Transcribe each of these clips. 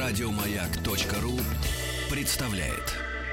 Радиомаяк.ру представляет.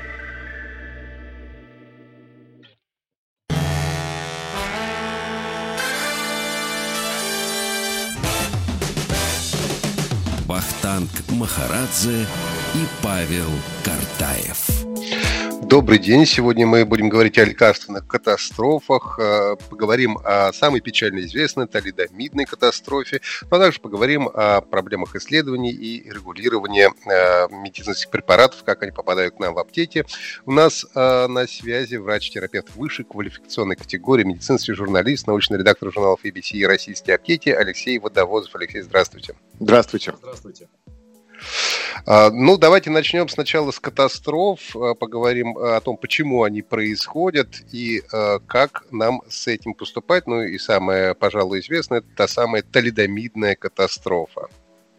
Вахтанг Махарадзе и Павел Картаев. Добрый день. Сегодня мы будем говорить о лекарственных катастрофах, поговорим о самой печально известной талидомидной катастрофе, а также поговорим о проблемах исследований и регулирования медицинских препаратов, как они попадают к нам в аптеки. У нас на связи врач-терапевт высшей квалификационной категории, медицинский журналист, научный редактор журналов ABC и «Российские аптеки» Алексей Водовозов. Алексей, здравствуйте. Здравствуйте. Здравствуйте. Ну, давайте начнем сначала с катастроф, поговорим о том, почему они происходят и как нам с этим поступать. Ну и самое, пожалуй, известное, это та самая талидомидная катастрофа.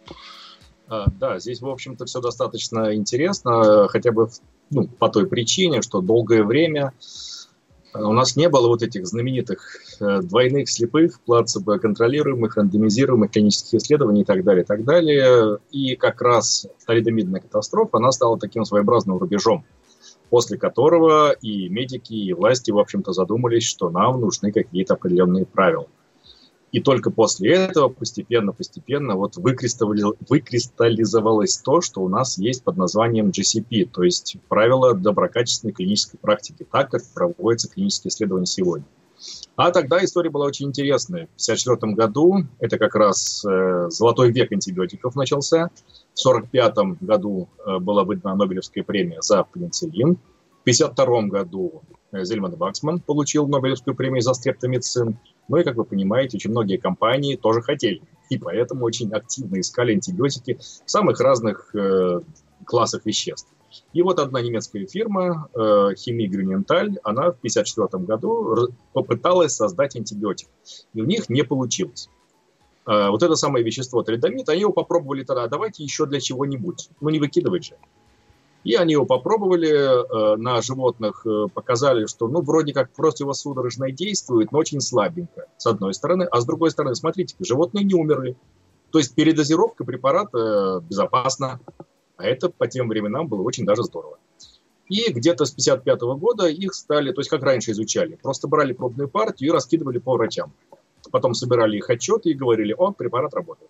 Да, здесь, в общем-то, все достаточно интересно, хотя бы по той причине, что долгое время у нас не было вот этих знаменитых двойных слепых, плацебо-контролируемых, рандомизируемых клинических исследований и так далее, и так далее. И как раз талидомидная катастрофа, она стала таким своеобразным рубежом, после которого и медики, и власти, в общем-то, задумались, что нам нужны какие-то определенные правила. И только после этого постепенно вот выкристаллизовалось то, что у нас есть под названием GCP, то есть правила доброкачественной клинической практики, так как проводятся клинические исследования сегодня. А тогда история была очень интересная. В 1954 году, это как раз золотой век антибиотиков начался, в 1945 году была выдана Нобелевская премия за пенициллин, в 1952 году Зельман Ваксман получил Нобелевскую премию за стрептомицин. Ну и, как вы понимаете, очень многие компании тоже хотели. И поэтому очень активно искали антибиотики в самых разных классах веществ. И вот одна немецкая фирма, Chemie Grünenthal, она в 1954 году попыталась создать антибиотик. И у них не получилось. Вот это самое вещество талидомид, они его попробовали тогда, давайте еще для чего-нибудь. Ну не выкидывать же. И они его попробовали на животных, показали, что вроде как противосудорожное действует, но очень слабенько, с одной стороны. А с другой стороны, смотрите, животные не умерли. То есть передозировка препарата безопасна. А это по тем временам было очень даже здорово. И где-то с 1955 года их стали, то есть как раньше изучали, просто брали пробную партию и раскидывали по врачам. Потом собирали их отчеты и говорили, препарат работает.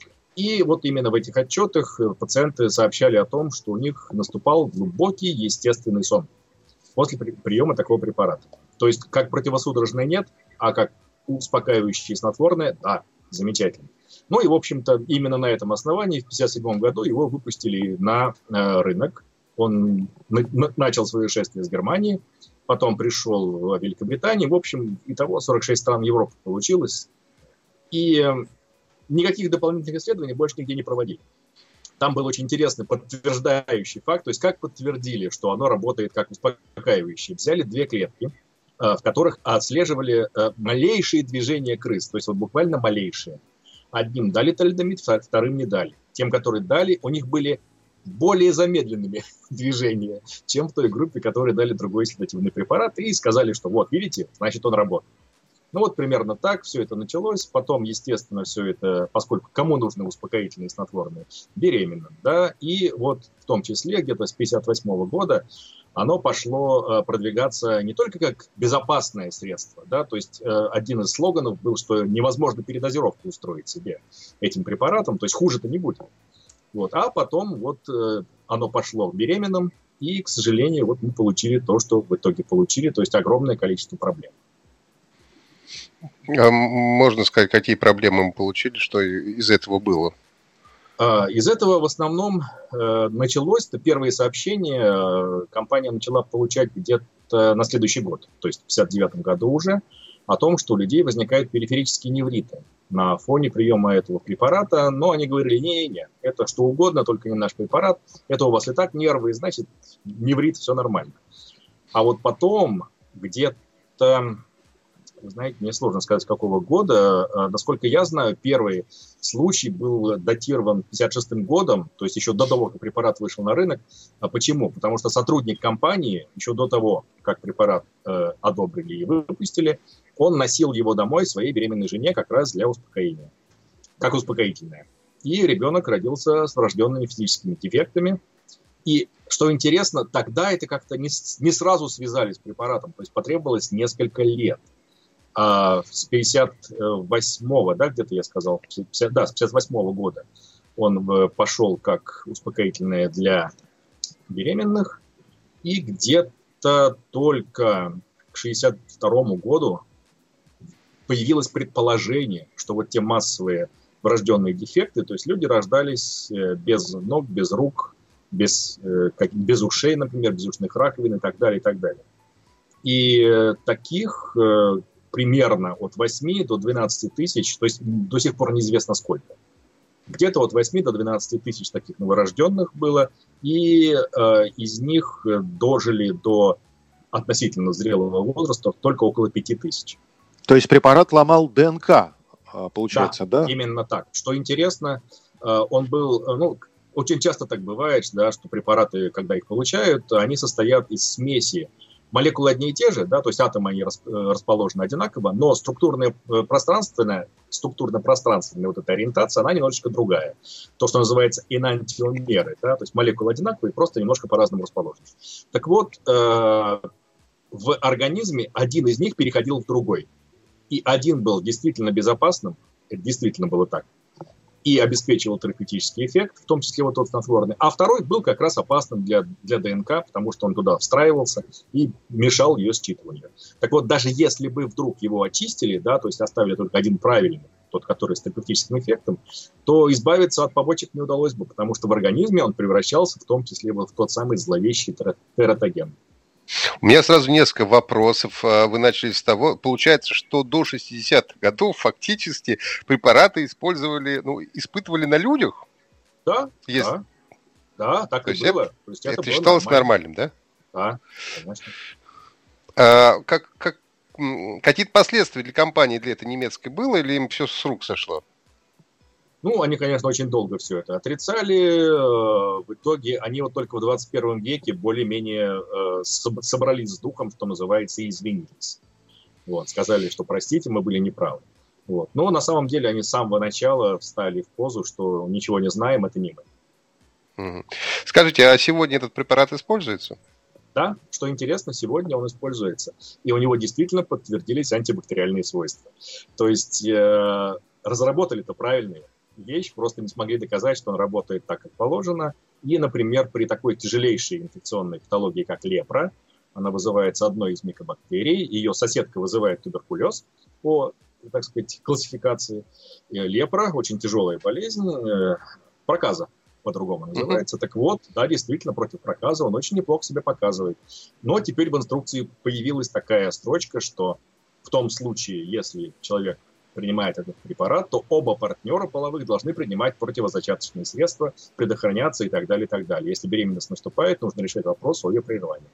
И вот именно в этих отчетах пациенты сообщали о том, что у них наступал глубокий естественный сон после приема такого препарата. То есть как противосудорожное нет, а как успокаивающее снотворное, да, замечательно. Ну и, в общем-то, именно на этом основании в 1957 году его выпустили на рынок. Он начал свое шествие с Германии, потом пришел в Великобританию. В общем, итого 46 стран Европы получилось. И никаких дополнительных исследований больше нигде не проводили. Там был очень интересный подтверждающий факт, то есть как подтвердили, что оно работает как успокаивающее. Взяли 2 клетки, в которых отслеживали малейшие движения крыс, то есть вот буквально малейшие. Одним дали талидомид, вторым не дали. Тем, которые дали, у них были более замедленными движения, чем в той группе, которые дали другой седативный препарат, и сказали, что вот, видите, значит он работает. Ну вот примерно так все это началось. Потом, естественно, все это, поскольку кому нужны успокоительные снотворные, беременным, да, и вот в том числе где-то с 1958 года оно пошло продвигаться не только как безопасное средство, да, то есть один из слоганов был, что невозможно передозировку устроить себе этим препаратом, то есть хуже-то не будет. Вот. А потом вот оно пошло к беременным, и, к сожалению, вот мы получили то, что в итоге получили, то есть огромное количество проблем. Можно сказать, какие проблемы мы получили, что из этого было? Из этого в основном началось, первые сообщения компания начала получать где-то на следующий год, то есть в 1959 году уже, о том, что у людей возникают периферические невриты на фоне приема этого препарата, но они говорили, не, это что угодно, только не наш препарат, это у вас и так нервы, значит, неврит, все нормально. А вот потом где-то, вы знаете, мне сложно сказать, с какого года. Насколько я знаю, первый случай был датирован 1956 годом, то есть еще до того, как препарат вышел на рынок. Почему? Потому что сотрудник компании, еще до того, как препарат одобрили и выпустили, он носил его домой своей беременной жене как раз для успокоения, как успокоительное. и ребенок родился с врожденными физическими дефектами. И, что интересно, тогда это как-то не сразу связали с препаратом, то есть потребовалось несколько лет. С 58-го, да, где-то я сказал, с 58-го года он пошел как успокоительное для беременных, и где-то только к 62-му году появилось предположение, что вот те массовые врожденные дефекты, то есть люди рождались без ног, без рук, без ушей, например, без ушных раковин и так далее, и так далее. И таких примерно от 8 до 12 тысяч, то есть до сих пор неизвестно сколько. Где-то от 8 до 12 тысяч таких новорожденных было, и из них дожили до относительно зрелого возраста только около 5 тысяч. То есть препарат ломал ДНК, получается, да? Именно так. Что интересно, он был, очень часто так бывает, да, что препараты, когда их получают, они состоят из смеси. Молекулы одни и те же, да, то есть атомы они расположены одинаково, но структурно-пространственная вот эта ориентация, она немножечко другая. То, что называется энантиомеры, да, то есть молекулы одинаковые, просто немножко по-разному расположены. Так вот, в организме один из них переходил в другой. И один был действительно безопасным, это действительно было так, и обеспечивал терапевтический эффект, в том числе вот тот снотворный, а второй был как раз опасным для ДНК, потому что он туда встраивался и мешал ее считыванию. Так вот, даже если бы вдруг его очистили, да, то есть оставили только один правильный, тот, который с терапевтическим эффектом, то избавиться от побочек не удалось бы, потому что в организме он превращался в том числе в тот самый зловещий тератоген. У меня сразу несколько вопросов. Вы начали с того, получается, что до 60-х годов фактически препараты испытывали на людях? Да, так и было. То есть это считалось нормальным, да? Да, конечно. Какие-то последствия для компании, для этой немецкой было, или им все с рук сошло? Они, конечно, очень долго все это отрицали. В итоге они вот только в 21 веке более-менее собрались с духом, что называется, и извинились. Сказали, что простите, мы были неправы. Но на самом деле они с самого начала встали в позу, что ничего не знаем, это не мы. Скажите, а сегодня этот препарат используется? Да, что интересно, сегодня он используется. И у него действительно подтвердились антибактериальные свойства. То есть разработали-то правильные вещь, просто не смогли доказать, что он работает так, как положено. И, например, при такой тяжелейшей инфекционной патологии, как лепра, она вызывается одной из микобактерий, ее соседка вызывает туберкулез по, так сказать, классификации. И лепра, очень тяжелая болезнь, проказа по-другому называется. Так вот, да, действительно, против проказа он очень неплохо себя показывает. Но теперь в инструкции появилась такая строчка, что в том случае, если человек принимает этот препарат, то оба партнера половых должны принимать противозачаточные средства, предохраняться и так далее, и так далее. Если беременность наступает, нужно решать вопрос о ее прерывании.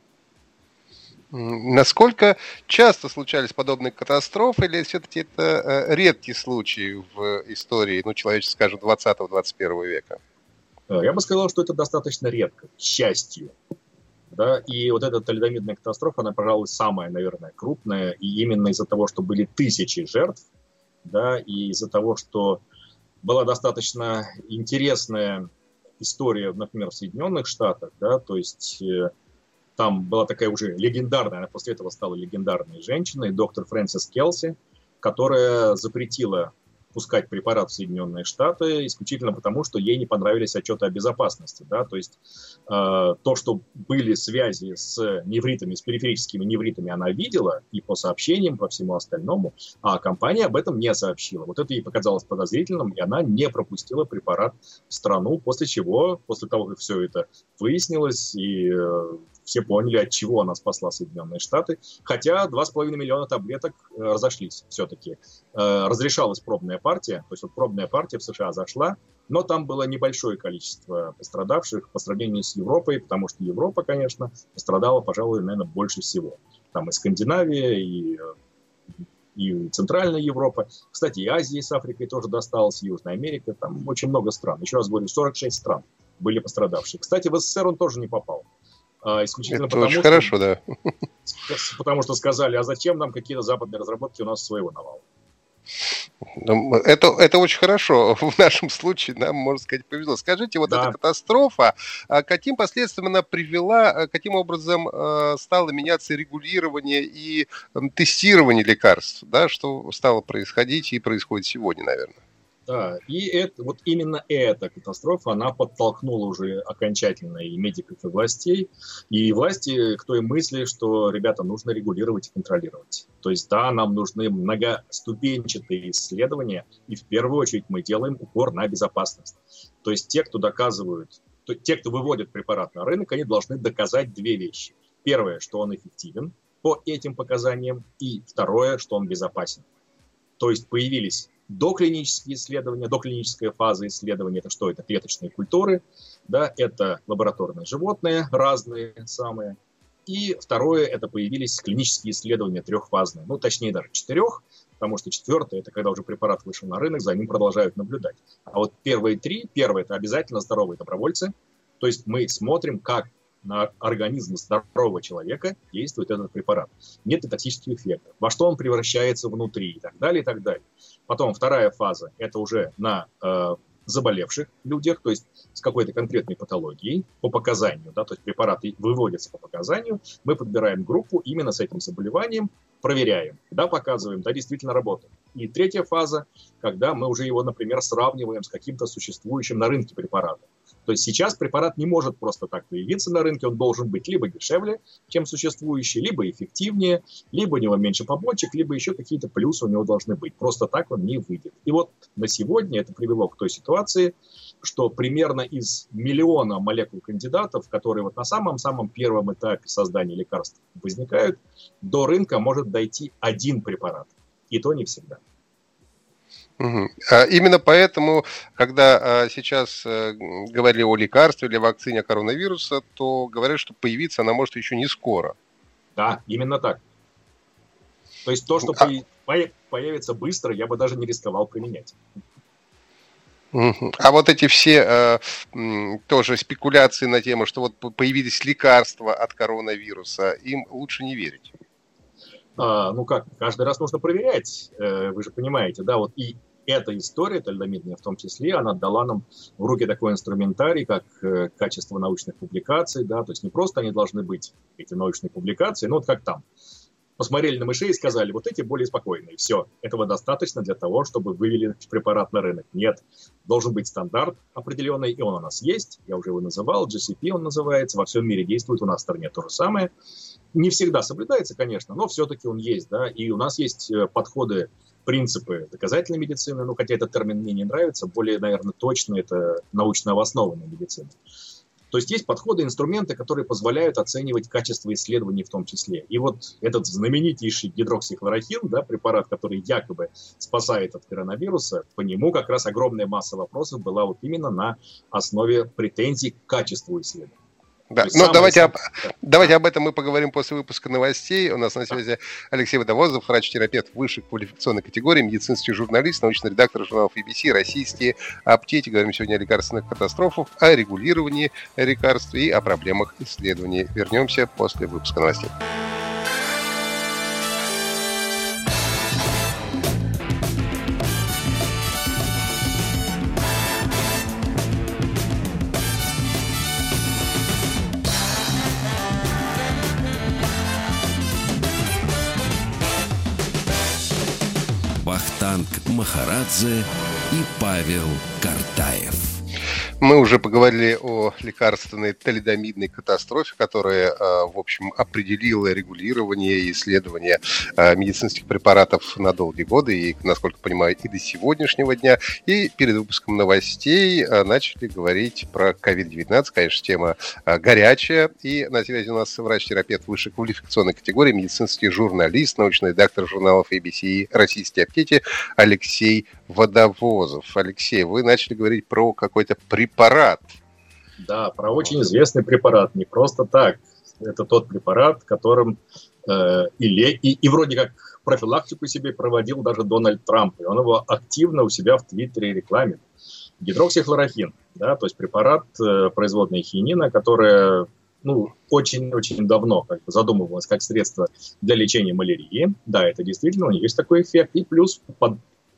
Насколько часто случались подобные катастрофы, или все-таки это редкий случай в истории, человечества, скажем, 20-21 века? Я бы сказал, что это достаточно редко, к счастью. Да? И вот эта талидомидная катастрофа, она, пожалуй, самая, наверное, крупная. И именно из-за того, что были тысячи жертв, да, и из-за того, что была достаточно интересная история, например, в Соединенных Штатах, да, то есть там была такая уже легендарная, она после этого стала легендарной женщиной, доктор Фрэнсис Келси, которая запретила пускать препарат в Соединенные Штаты исключительно потому, что ей не понравились отчеты о безопасности. Да? То есть то, что были связи с невритами, с периферическими невритами, она видела и по сообщениям, по всему остальному, а компания об этом не сообщила. Вот это ей показалось подозрительным, и она не пропустила препарат в страну, после чего, после того, как все это выяснилось, и все поняли, от чего она спасла Соединенные Штаты. Хотя 2,5 миллиона таблеток разошлись все-таки. Разрешалась пробная партия, то есть вот пробная партия в США зашла, но там было небольшое количество пострадавших по сравнению с Европой, потому что Европа, конечно, пострадала, пожалуй, наверное, больше всего. Там и Скандинавия, и Центральная Европа. Кстати, и Азии с Африкой тоже досталось, Южная Америка. Там очень много стран. Еще раз говорю, 46 стран были пострадавшие. Кстати, в СССР он тоже не попал. Исключительно это очень хорошо, да. Потому что сказали, а зачем нам какие-то западные разработки, у нас своего навала. Это очень хорошо. В нашем случае нам, можно сказать, повезло. Скажите, вот эта катастрофа, каким последствиям она привела, каким образом стало меняться регулирование и тестирование лекарств, да, что стало происходить и происходит сегодня, наверное? Да, и вот именно эта катастрофа, она подтолкнула уже окончательно и медиков, и власти к той мысли, что, ребята, нужно регулировать и контролировать. То есть, да, нам нужны многоступенчатые исследования, и в первую очередь мы делаем упор на безопасность. То есть, те, кто выводит препарат на рынок, они должны доказать две вещи. Первое, что он эффективен по этим показаниям, и второе, что он безопасен. То есть, появились доклинические исследования, доклиническая фаза исследования, это что? Это клеточные культуры, да, это лабораторные животные, разные самые. И второе, это появились клинические исследования трехфазные, точнее даже 4, потому что 4 это когда уже препарат вышел на рынок, за ним продолжают наблюдать. А вот первые 3, первое это обязательно здоровые добровольцы, то есть мы смотрим, как на организм здорового человека действует этот препарат. Нет ли токсических эффектов, во что он превращается внутри и так далее, и так далее. Потом вторая фаза, это уже на заболевших людях, то есть с какой-то конкретной патологией по показанию, да, то есть препараты выводятся по показанию, мы подбираем группу именно с этим заболеванием, проверяем, да, показываем, да, действительно работает. И третья фаза, когда мы уже его, например, сравниваем с каким-то существующим на рынке препаратом. То есть сейчас препарат не может просто так появиться на рынке, он должен быть либо дешевле, чем существующий, либо эффективнее, либо у него меньше побочек, либо еще какие-то плюсы у него должны быть. Просто так он не выйдет. И вот на сегодня это привело к той ситуации, что примерно из 1 миллиона молекул кандидатов, которые вот на самом-самом первом этапе создания лекарств возникают, до рынка может дойти 1 препарат. И то не всегда. Именно поэтому, когда сейчас говорили о лекарстве или вакцине коронавируса, то говорят, что появиться она может еще не скоро. Да, именно так. То есть то, что появится быстро, я бы даже не рисковал применять. А вот эти все тоже спекуляции на тему, что вот появились лекарства от коронавируса, им лучше не верить. Каждый раз нужно проверять, вы же понимаете, да, вот и эта история, тальдомидная в том числе, она дала нам в руки такой инструментарий, как качество научных публикаций, да, то есть не просто они должны быть, эти научные публикации, вот как там, посмотрели на мышей и сказали, вот эти более спокойные, все, этого достаточно для того, чтобы вывели препарат на рынок. Нет, должен быть стандарт определенный, и он у нас есть, я уже его называл, GCP он называется, во всем мире действует, у нас в стране то же самое. Не всегда соблюдается, конечно, но все-таки он есть, да, и у нас есть подходы, принципы доказательной медицины, хотя этот термин мне не нравится, более, наверное, точно это научно обоснованная медицина. То есть есть подходы, инструменты, которые позволяют оценивать качество исследований в том числе. И вот этот знаменитейший гидроксихлорохин, да, препарат, который якобы спасает от коронавируса, по нему как раз огромная масса вопросов была вот именно на основе претензий к качеству исследований. Да, давайте об этом мы поговорим после выпуска новостей. У нас на связи Алексей Водовозов, врач-терапевт высшей квалификационной категории, медицинский журналист, научный редактор журналов ABC, «Российские аптеки». Говорим сегодня о лекарственных катастрофах, о регулировании лекарств и о проблемах исследований. Вернемся после выпуска новостей. Вахтанг Махарадзе и Павел Картаев. Мы уже поговорили о лекарственной талидомидной катастрофе, которая, в общем, определила регулирование и исследование медицинских препаратов на долгие годы, и, насколько понимаю, и до сегодняшнего дня. И перед выпуском новостей начали говорить про COVID-19, конечно, тема горячая. И на связи у нас врач-терапевт высшей квалификационной категории, медицинский журналист, научный редактор журналов ABC и «Российские аптеки» Алексей Водовозов. Алексей, вы начали говорить про какой-то препарат. Да, про очень известный препарат. Не просто так. Это тот препарат, которым и вроде как профилактику себе проводил даже Дональд Трамп. И он его активно у себя в Твиттере рекламирует. Гидроксихлорохин, да, то есть препарат производной хинина, которая очень-очень давно задумывалась как средство для лечения малярии. Да, это действительно, у него есть такой эффект. И плюс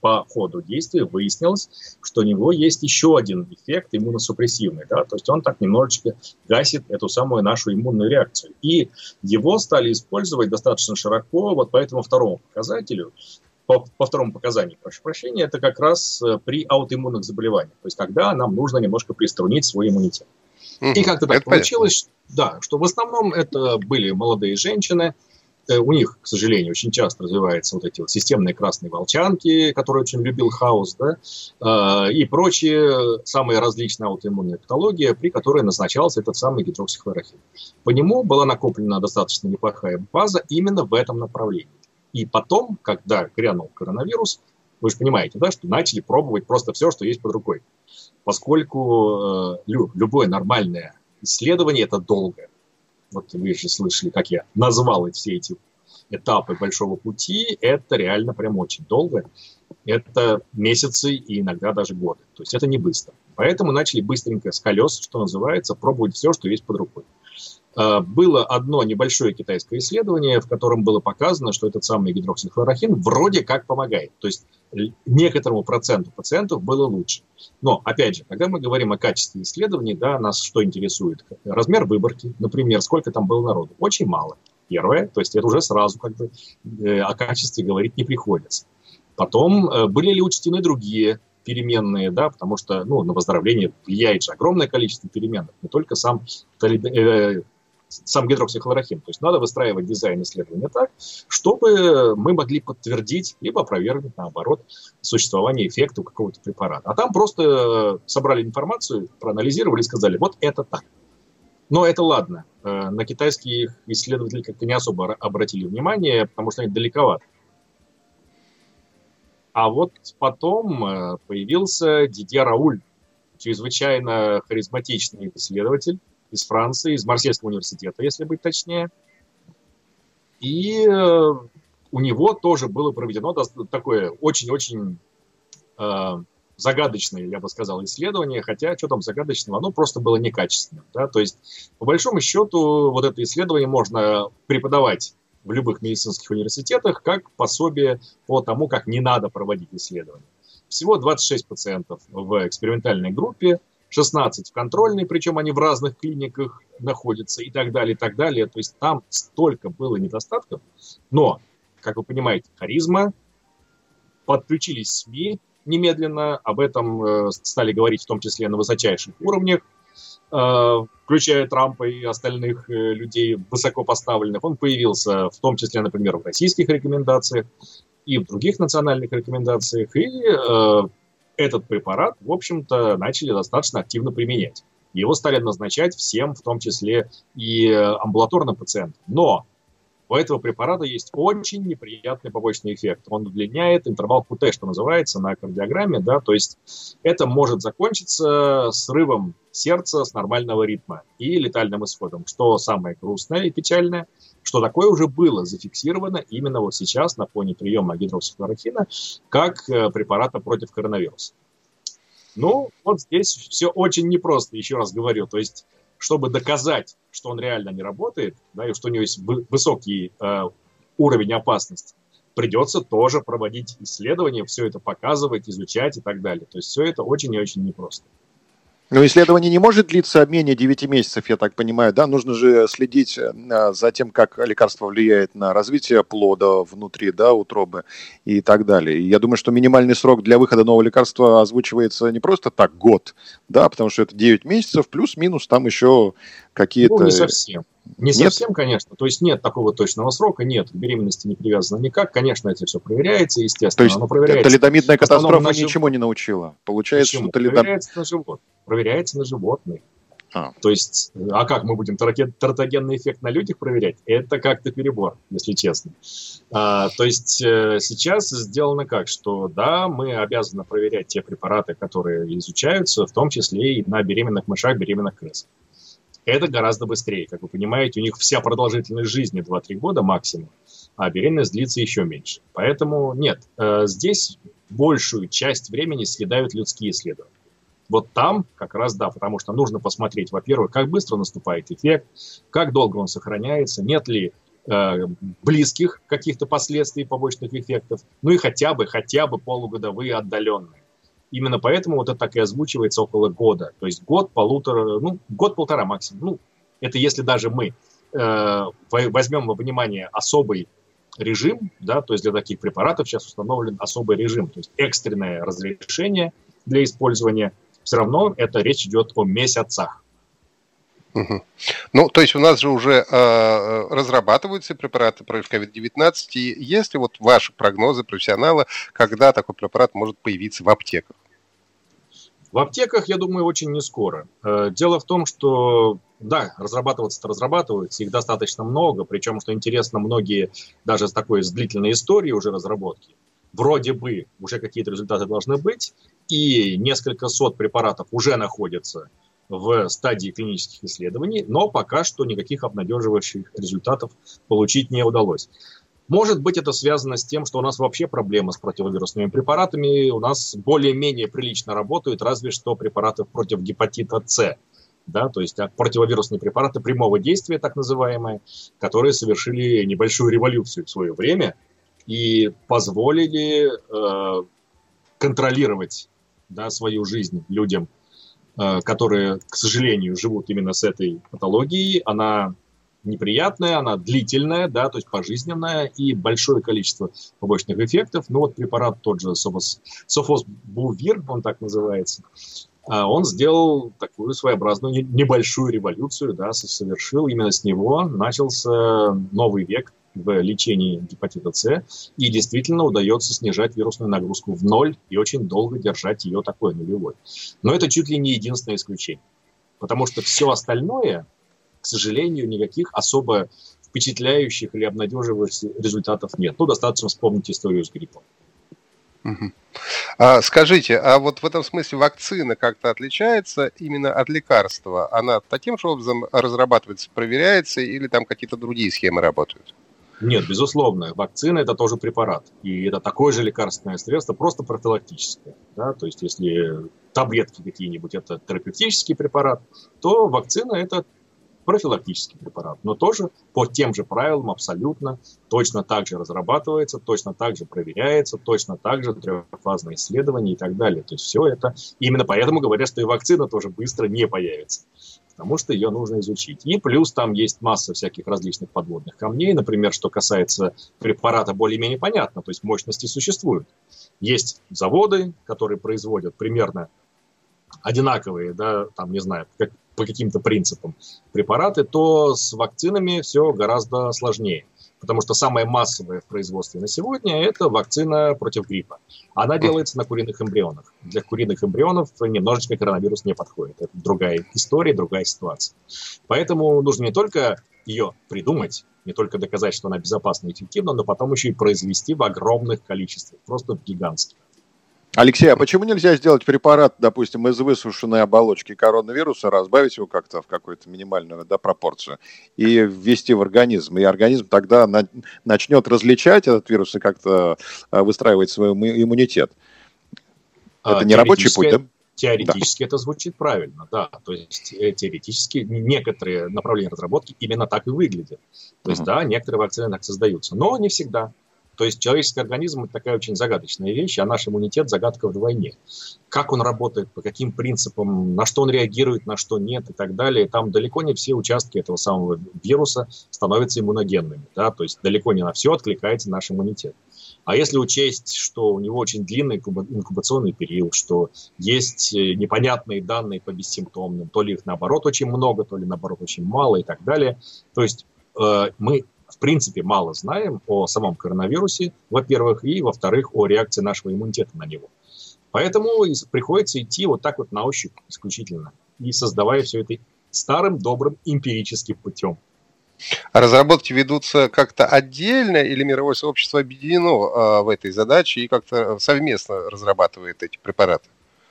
по ходу действия выяснилось, что у него есть еще один эффект иммуносупрессивный, да, то есть он так немножечко гасит эту самую нашу иммунную реакцию. И его стали использовать достаточно широко вот по этому второму показателю. По второму показанию, прошу прощения, это как раз при аутоиммунных заболеваниях, то есть когда нам нужно немножко приструнить свой иммунитет. И как-то так получилось, да, что в основном это были молодые женщины. У них, к сожалению, очень часто развиваются вот эти вот системные красные волчанки, которые очень любил Хаус, да, и прочие самые различные аутоиммунные патологии, при которой назначался этот самый гидроксихлорохин. По нему была накоплена достаточно неплохая база именно в этом направлении. И потом, когда грянул коронавирус, вы же понимаете, да, что начали пробовать просто все, что есть под рукой. Поскольку любое нормальное исследование – это долго. Вот вы же слышали, как я назвал все эти этапы большого пути. Это реально прям очень долго. Это месяцы и иногда даже годы. То есть это не быстро. Поэтому начали быстренько с колес, что называется, пробовать все, что есть под рукой. Было одно небольшое китайское исследование, в котором было показано, что этот самый гидроксихлорохин вроде как помогает. То есть некоторому проценту пациентов было лучше. Но, опять же, когда мы говорим о качестве исследований, да, нас что интересует? Размер выборки, например, сколько там было народу. Очень мало. Первое, то есть это уже сразу как бы о качестве говорить не приходится. Потом, были ли учтены другие переменные, да, потому что на выздоровление влияет же огромное количество переменных, не только сам гидроксихлорохин. То есть надо выстраивать дизайн исследования так, чтобы мы могли подтвердить, либо опровергнуть, наоборот, существование эффекта у какого-то препарата. А там просто собрали информацию, проанализировали и сказали, вот это так. Но это ладно. На китайские исследователи как-то не особо обратили внимание, потому что они далековато. А вот потом появился Дидье Рауль, чрезвычайно харизматичный исследователь из Франции, из Марсельского университета, если быть точнее. И у него тоже было проведено такое очень-очень загадочное, я бы сказал, исследование, хотя что там загадочного, оно просто было некачественным. Да? То есть, по большому счету, вот это исследование можно преподавать в любых медицинских университетах как пособие по тому, как не надо проводить исследования. Всего 26 пациентов в экспериментальной группе, 16 в контрольной, причем они в разных клиниках находятся и так далее, и так далее. То есть там столько было недостатков. Но, как вы понимаете, харизма, подключились СМИ немедленно, об этом стали говорить в том числе на высочайших уровнях, включая Трампа и остальных людей высокопоставленных. Он появился в том числе, например, в российских рекомендациях и в других национальных рекомендациях. И этот препарат, в общем-то, начали достаточно активно применять. Его стали назначать всем, в том числе и амбулаторным пациентам. Но у этого препарата есть очень неприятный побочный эффект. Он удлиняет интервал КТ, что называется, на кардиограмме. Да? То есть это может закончиться срывом сердца с нормального ритма и летальным исходом. Что самое грустное и печальное, что такое уже было зафиксировано именно вот сейчас на фоне приема гидроксихлорохина как препарата против коронавируса. Ну, вот здесь все очень непросто, еще раз говорю. То есть чтобы доказать, что он реально не работает, да, и что у него есть высокий уровень опасности, придется тоже проводить исследования, все это показывать, изучать и так далее. То есть все это очень и очень непросто. Но исследование не может длиться менее 9 месяцев, я так понимаю, да? Нужно же следить за тем, как лекарство влияет на развитие плода внутри, да, утробы и так далее. И я думаю, что минимальный срок для выхода нового лекарства озвучивается не просто так, год, да, потому что это 9 месяцев, плюс-минус там еще какие-то... Ну, не совсем. Не совсем, конечно. То есть нет такого точного срока, нет. К беременности не привязано никак. Конечно, это все проверяется, естественно. То есть оно проверяется. талидомидная катастрофа ничему не научила? Получается, почему? Что Проверяется на животных. Проверяется на животных. То есть, а как мы будем тератогенный эффект на людях проверять? Это как-то перебор, если честно. То есть сейчас сделано как, что да, мы обязаны проверять те препараты, которые изучаются, в том числе и на беременных мышах, беременных крысах. Это гораздо быстрее. Как вы понимаете, у них вся продолжительность жизни 2-3 года максимум, а беременность длится еще меньше. Поэтому нет, здесь большую часть времени съедают людские исследования. Вот там как раз да, потому что нужно посмотреть, во-первых, как быстро наступает эффект, как долго он сохраняется, нет ли близких каких-то последствий, побочных эффектов, ну и хотя бы полугодовые отдаленные. Именно поэтому вот это так и озвучивается около года. То есть год-полтора максимум. Ну, это если даже мы возьмем во внимание особый режим, да, то есть для таких препаратов сейчас установлен особый режим, то есть экстренное разрешение для использования, все равно это речь идет о месяцах. Угу. Ну, то есть у нас же уже разрабатываются препараты против COVID-19, и есть ли вот ваши прогнозы профессионала, когда такой препарат может появиться в аптеках? В аптеках, я думаю, очень не скоро. Дело в том, что, да, разрабатываются, их достаточно много, причем, что интересно, многие даже с длительной историей уже разработки, вроде бы уже какие-то результаты должны быть, и несколько сот препаратов уже находятся в стадии клинических исследований, но пока что никаких обнадеживающих результатов получить не удалось. Может быть, это связано с тем, что у нас вообще проблема с противовирусными препаратами, у нас более-менее прилично работают, разве что препараты против гепатита С, да, то есть противовирусные препараты прямого действия, так называемые, которые совершили небольшую революцию в свое время и позволили контролировать, да, свою жизнь людям, которые, к сожалению, живут именно с этой патологией. Она неприятная, она длительная, да, то есть пожизненная, и большое количество побочных эффектов. Ну вот препарат тот же софосбувир, он так называется, он сделал такую своеобразную небольшую революцию, да, совершил. Именно с него начался новый век в лечении гепатита С, и действительно удается снижать вирусную нагрузку в ноль и очень долго держать ее такой нулевой. Но это чуть ли не единственное исключение, потому что все остальное, к сожалению, никаких особо впечатляющих или обнадеживающих результатов нет. Ну, достаточно вспомнить историю с гриппом. Угу. Скажите, а вот в этом смысле вакцина как-то отличается именно от лекарства? Она таким же образом разрабатывается, проверяется, или там какие-то другие схемы работают? Нет, безусловно, вакцина – это тоже препарат. И это такое же лекарственное средство, просто профилактическое. Да? То есть, если таблетки какие-нибудь – это терапевтический препарат, то вакцина – это профилактический препарат, но тоже по тем же правилам абсолютно точно так же разрабатывается, точно так же проверяется, точно так же трехфазные исследования и так далее. То есть все это, именно поэтому говорят, что и вакцина тоже быстро не появится, потому что ее нужно изучить. И плюс там есть масса всяких различных подводных камней, например, что касается препарата, более-менее понятно, то есть мощности существуют. Есть заводы, которые производят примерно одинаковые, да, там, не знаю, по каким-то принципам препараты, то с вакцинами все гораздо сложнее. Потому что самое массовое в производстве на сегодня – это вакцина против гриппа. Она делается на куриных эмбрионах. Для куриных эмбрионов немножечко коронавирус не подходит. Это другая история, другая ситуация. Поэтому нужно не только ее придумать, не только доказать, что она безопасна и эффективна, но потом еще и произвести в огромных количествах, просто в гигантских. Алексей, а почему нельзя сделать препарат, допустим, из высушенной оболочки коронавируса, разбавить его как-то в какую-то минимальную, да, пропорцию и ввести в организм? И организм тогда начнет различать этот вирус и как-то выстраивать свой иммунитет. Это не рабочий путь, да? Теоретически это звучит правильно, да. То есть теоретически некоторые направления разработки именно так и выглядят. То есть, да, некоторые вакцины так создаются, но не всегда. То есть человеческий организм – это такая очень загадочная вещь, а наш иммунитет – загадка вдвойне. Как он работает, по каким принципам, на что он реагирует, на что нет и так далее. Там далеко не все участки этого самого вируса становятся иммуногенными. Да? То есть далеко не на все откликается наш иммунитет. А если учесть, что у него очень длинный инкубационный период, что есть непонятные данные по бессимптомным, то ли их наоборот очень много, то ли наоборот очень мало и так далее. То есть мы в принципе мало знаем о самом коронавирусе, во-первых, и во-вторых, о реакции нашего иммунитета на него. Поэтому приходится идти вот так вот на ощупь исключительно, и создавая все это старым, добрым, эмпирическим путем. А разработки ведутся как-то отдельно или мировое сообщество объединено в этой задаче и как-то совместно разрабатывает эти препараты?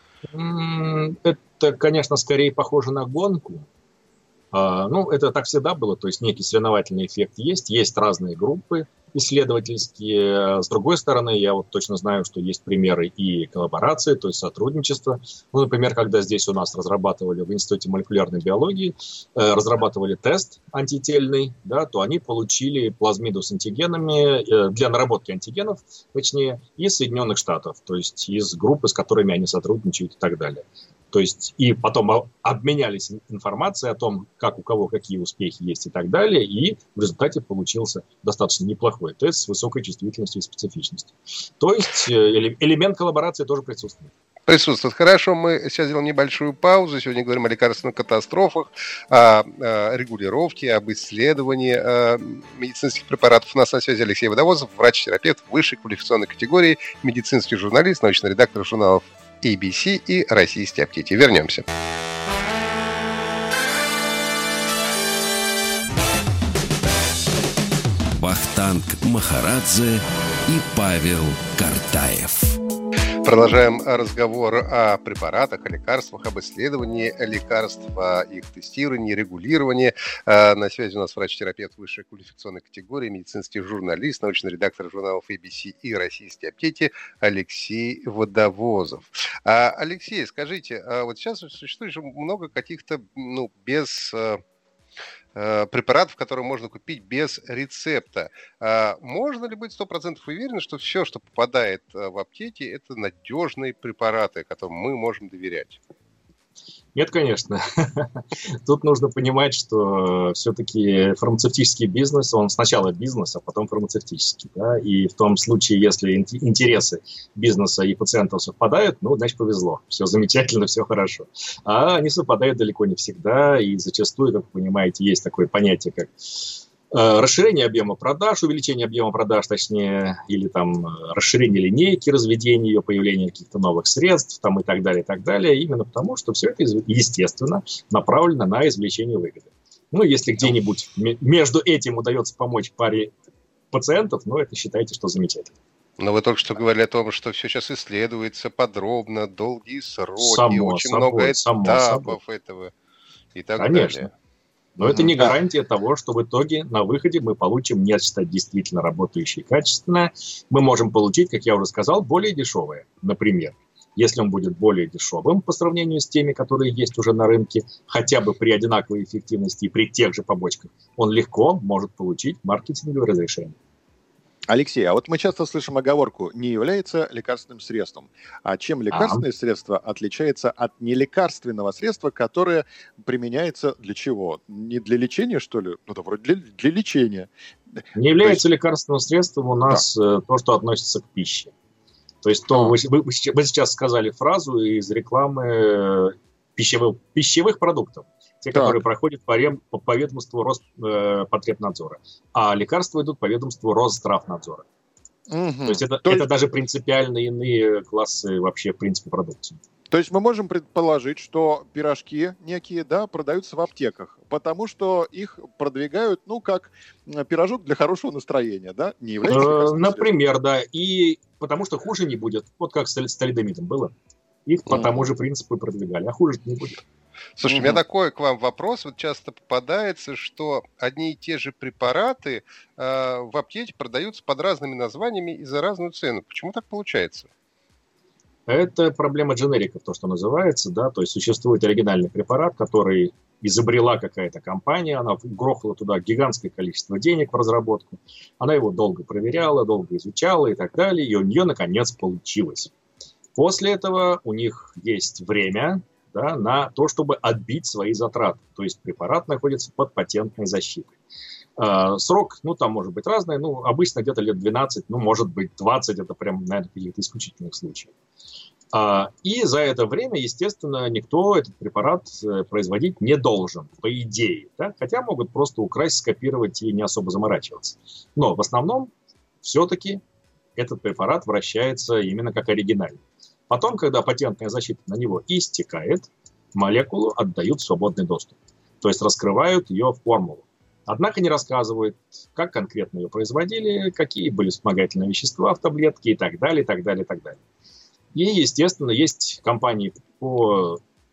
Это, конечно, скорее похоже на гонку. Ну, это так всегда было, то есть некий соревновательный эффект есть разные группы, исследовательские. С другой стороны, я вот точно знаю, что есть примеры и коллаборации, то есть сотрудничества. Ну, например, когда здесь у нас разрабатывали в Институте молекулярной биологии, разрабатывали тест антительный, да, то они получили плазмиду с антигенами для наработки антигенов, точнее, из Соединенных Штатов, то есть из группы, с которыми они сотрудничают и так далее. То есть и потом обменялись информацией о том, как у кого какие успехи есть и так далее, и в результате получился достаточно неплохой тест с высокой чувствительностью и специфичностью. То есть элемент коллаборации тоже присутствует. Присутствует. Хорошо, мы сейчас сделаем небольшую паузу. Сегодня говорим о лекарственных катастрофах, о регулировке, об исследовании медицинских препаратов. У нас на связи Алексей Водовозов, врач-терапевт высшей квалификационной категории, медицинский журналист, научный редактор журналов ABC и «Российские аптеки». Вернемся. Вахтанг Махарадзе и Павел Картаев. Продолжаем разговор о препаратах, о лекарствах, об исследовании лекарств, о их тестировании, регулировании. На связи у нас врач-терапевт высшей квалификационной категории, медицинский журналист, научный редактор журналов ABC и «Российские аптеки» Алексей Водовозов. Алексей, скажите, вот сейчас существует же много каких-то, без... препаратов, которые можно купить без рецепта. Можно ли быть 100% уверены, что все, что попадает в аптеки, это надежные препараты, которым мы можем доверять? Нет, конечно. Тут нужно понимать, что все-таки фармацевтический бизнес, он сначала бизнес, а потом фармацевтический. Да? И в том случае, если интересы бизнеса и пациентов совпадают, значит, повезло. Все замечательно, все хорошо. А они совпадают далеко не всегда, и зачастую, как вы понимаете, есть такое понятие, как расширение объема продаж, увеличение объема продаж, точнее, или там расширение линейки, разведение ее, появление каких-то новых средств там, и так далее, именно потому, что все это, естественно, направлено на извлечение выгоды. Если где-нибудь между этим удается помочь паре пациентов, это считайте, что замечательно. Но вы только что говорили о том, что все сейчас исследуется подробно, долгие сроки, очень много этапов этого и так далее. Но это не гарантия того, что в итоге на выходе мы получим нечто действительно работающее и качественное. Мы можем получить, как я уже сказал, более дешевое. Например, если он будет более дешевым по сравнению с теми, которые есть уже на рынке, хотя бы при одинаковой эффективности и при тех же побочках, он легко может получить маркетинговое разрешение. Алексей, а вот мы часто слышим оговорку «не является лекарственным средством». А чем лекарственное средство отличается от нелекарственного средства, которое применяется для чего? Не для лечения, что ли? Вроде для лечения. Не является лекарственным средством у нас то, что относится к пище. То есть вы сейчас сказали фразу из рекламы пищевых продуктов. Те, которые проходят по ведомству Роспотребнадзора. А лекарства идут по ведомству Росздравнадзора. То есть это даже принципиально иные классы вообще в принципе продукции. То есть мы можем предположить, что пирожки некие, продаются в аптеках, потому что их продвигают, как пирожок для хорошего настроения, да? Не является лекарственным например, средством. И потому что хуже не будет. Вот как с талидомидом было. Их по тому же принципу продвигали, а хуже не будет. Слушайте, у меня такой к вам вопрос. Вот часто попадается, что одни и те же препараты в аптеке продаются под разными названиями и за разную цену. Почему так получается? Это проблема дженериков, то, что называется. Да? То есть существует оригинальный препарат, который изобрела какая-то компания, она грохала туда гигантское количество денег в разработку. Она его долго проверяла, долго изучала и так далее. И у нее, наконец, получилось. После этого у них есть время на то, чтобы отбить свои затраты. То есть препарат находится под патентной защитой. Срок, там может быть разный, обычно где-то лет 12, может быть 20, это прям, наверное, в каких-то исключительных случаях. И за это время, естественно, никто этот препарат производить не должен, по идее. Да? Хотя могут просто украсть, скопировать и не особо заморачиваться. Но в основном все-таки этот препарат вращается именно как оригинальный. Потом, когда патентная защита на него истекает, молекулу отдают в свободный доступ. То есть раскрывают ее формулу. Однако не рассказывают, как конкретно ее производили, какие были вспомогательные вещества в таблетке и так далее, и так далее, и так далее. И, естественно, есть компании по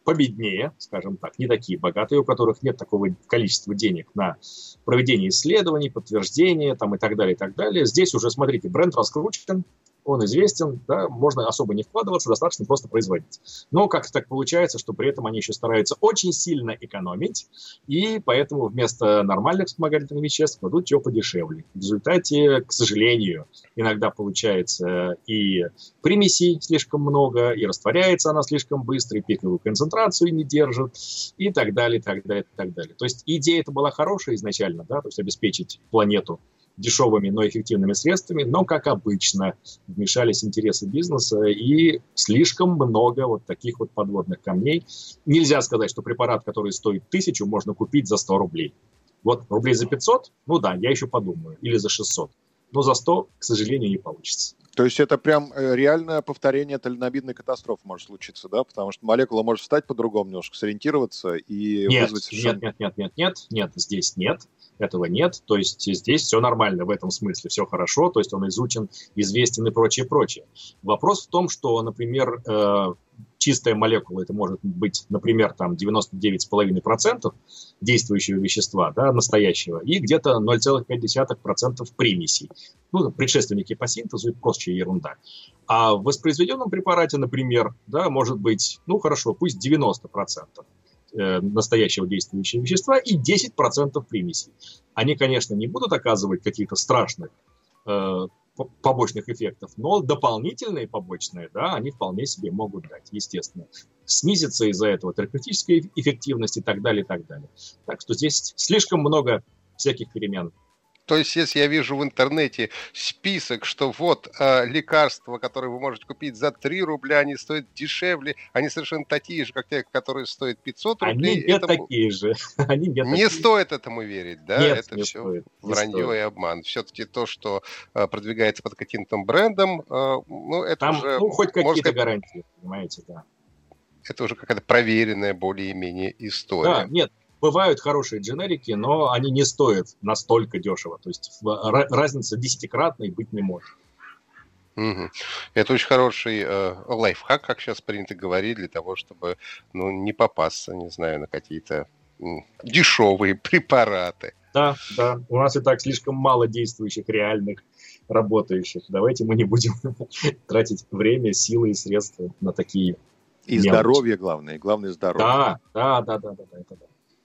победнее, скажем так, не такие богатые, у которых нет такого количества денег на проведение исследований, подтверждения там, и так далее, и так далее. Здесь уже, смотрите, бренд раскручен, он известен, да, можно особо не вкладываться, достаточно просто производить. Но как-то так получается, что при этом они еще стараются очень сильно экономить, и поэтому вместо нормальных вспомогательных веществ кладут чего подешевле. В результате, к сожалению, иногда получается и примесей слишком много, и растворяется она слишком быстро, и пиковую концентрацию не держит, и так далее, и так далее, и так далее. То есть идея-то была хорошая изначально, да, то есть обеспечить планету дешевыми, но эффективными средствами, но, как обычно, вмешались интересы бизнеса и слишком много вот таких вот подводных камней. Нельзя сказать, что препарат, который стоит 1000, можно купить за 100 рублей. Вот рублей за 500, ну да, я еще подумаю, или за 600. Но за 100, к сожалению, не получится. То есть это прям реальное повторение тальнобидной катастрофы может случиться, да? Потому что молекула может встать по-другому, немножко сориентироваться и вызвать совершенно... Нет, здесь нет. Этого нет, то есть здесь все нормально в этом смысле, все хорошо, то есть он изучен, известен и прочее. Вопрос в том, что, например, чистая молекула, это может быть, например, там 99,5% действующего вещества, да, настоящего, и где-то 0,5% примесей. Ну, предшественники по синтезу и прочая ерунда. А в воспроизведенном препарате, например, да, может быть, ну хорошо, пусть 90%. Настоящего действующего вещества и 10% примесей. Они, конечно, не будут оказывать каких-то страшных побочных эффектов, но дополнительные побочные, да, они вполне себе могут дать, естественно. Снизится из-за этого терапевтическая эффективность и так далее, и так далее. Так что здесь слишком много всяких перемен. То есть, если я вижу в интернете список, что вот лекарства, которые вы можете купить за 3 рубля, они стоят дешевле, они совершенно такие же, как те, которые стоят 500 рублей. Они не такие же. Не стоит этому верить, да? Нет, это все вранье и обман. Все-таки то, что продвигается под каким-то брендом, ну, это там, уже... Ну, хоть какие-то гарантии, понимаете, да. Это уже какая-то проверенная более-менее история. Да, нет. Бывают хорошие дженерики, но они не стоят настолько дешево. То есть разница 10-кратной быть не может. Угу. Это очень хороший лайфхак, как сейчас принято говорить, для того, чтобы не попасться, не знаю, на какие-то дешевые препараты. Да. У нас и так слишком мало действующих, реальных, работающих. Давайте мы не будем тратить время, силы и средства на такие И мелочи. Здоровье главное, здоровье. Да, это да.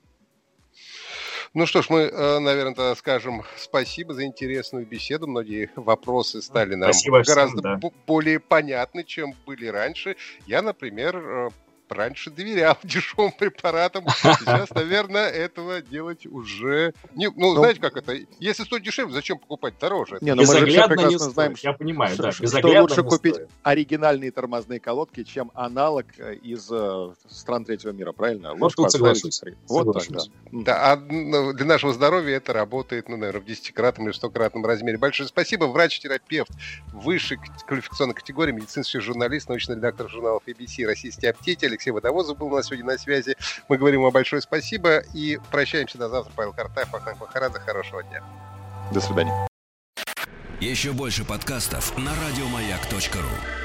Ну что ж, мы, наверное, скажем спасибо за интересную беседу. Многие вопросы стали нам гораздо более понятны, чем были раньше. Я, например, раньше доверял дешевым препаратам. Сейчас, наверное, этого делать уже... знаете, как это? Если стоит дешевле, зачем покупать дороже? Мы же все прекрасно знаем, я понимаю, что лучше купить оригинальные тормозные колодки, чем аналог из стран третьего мира, правильно? Вот тут соглашусь. Вот так, да. Да, а для нашего здоровья это работает, наверное, в 10-кратном или 100-кратном размере. Большое спасибо. Врач-терапевт высшей квалификационной категории, медицинский журналист, научный редактор журналов ABC «Российские аптеки» Алексей Водовозов был у нас сегодня на связи. Мы говорим вам большое спасибо и прощаемся до завтра. Павел Картаев, Вахтанг Махарадзе. Хорошего дня. До свидания. Еще больше подкастов на радиомаяк.ру.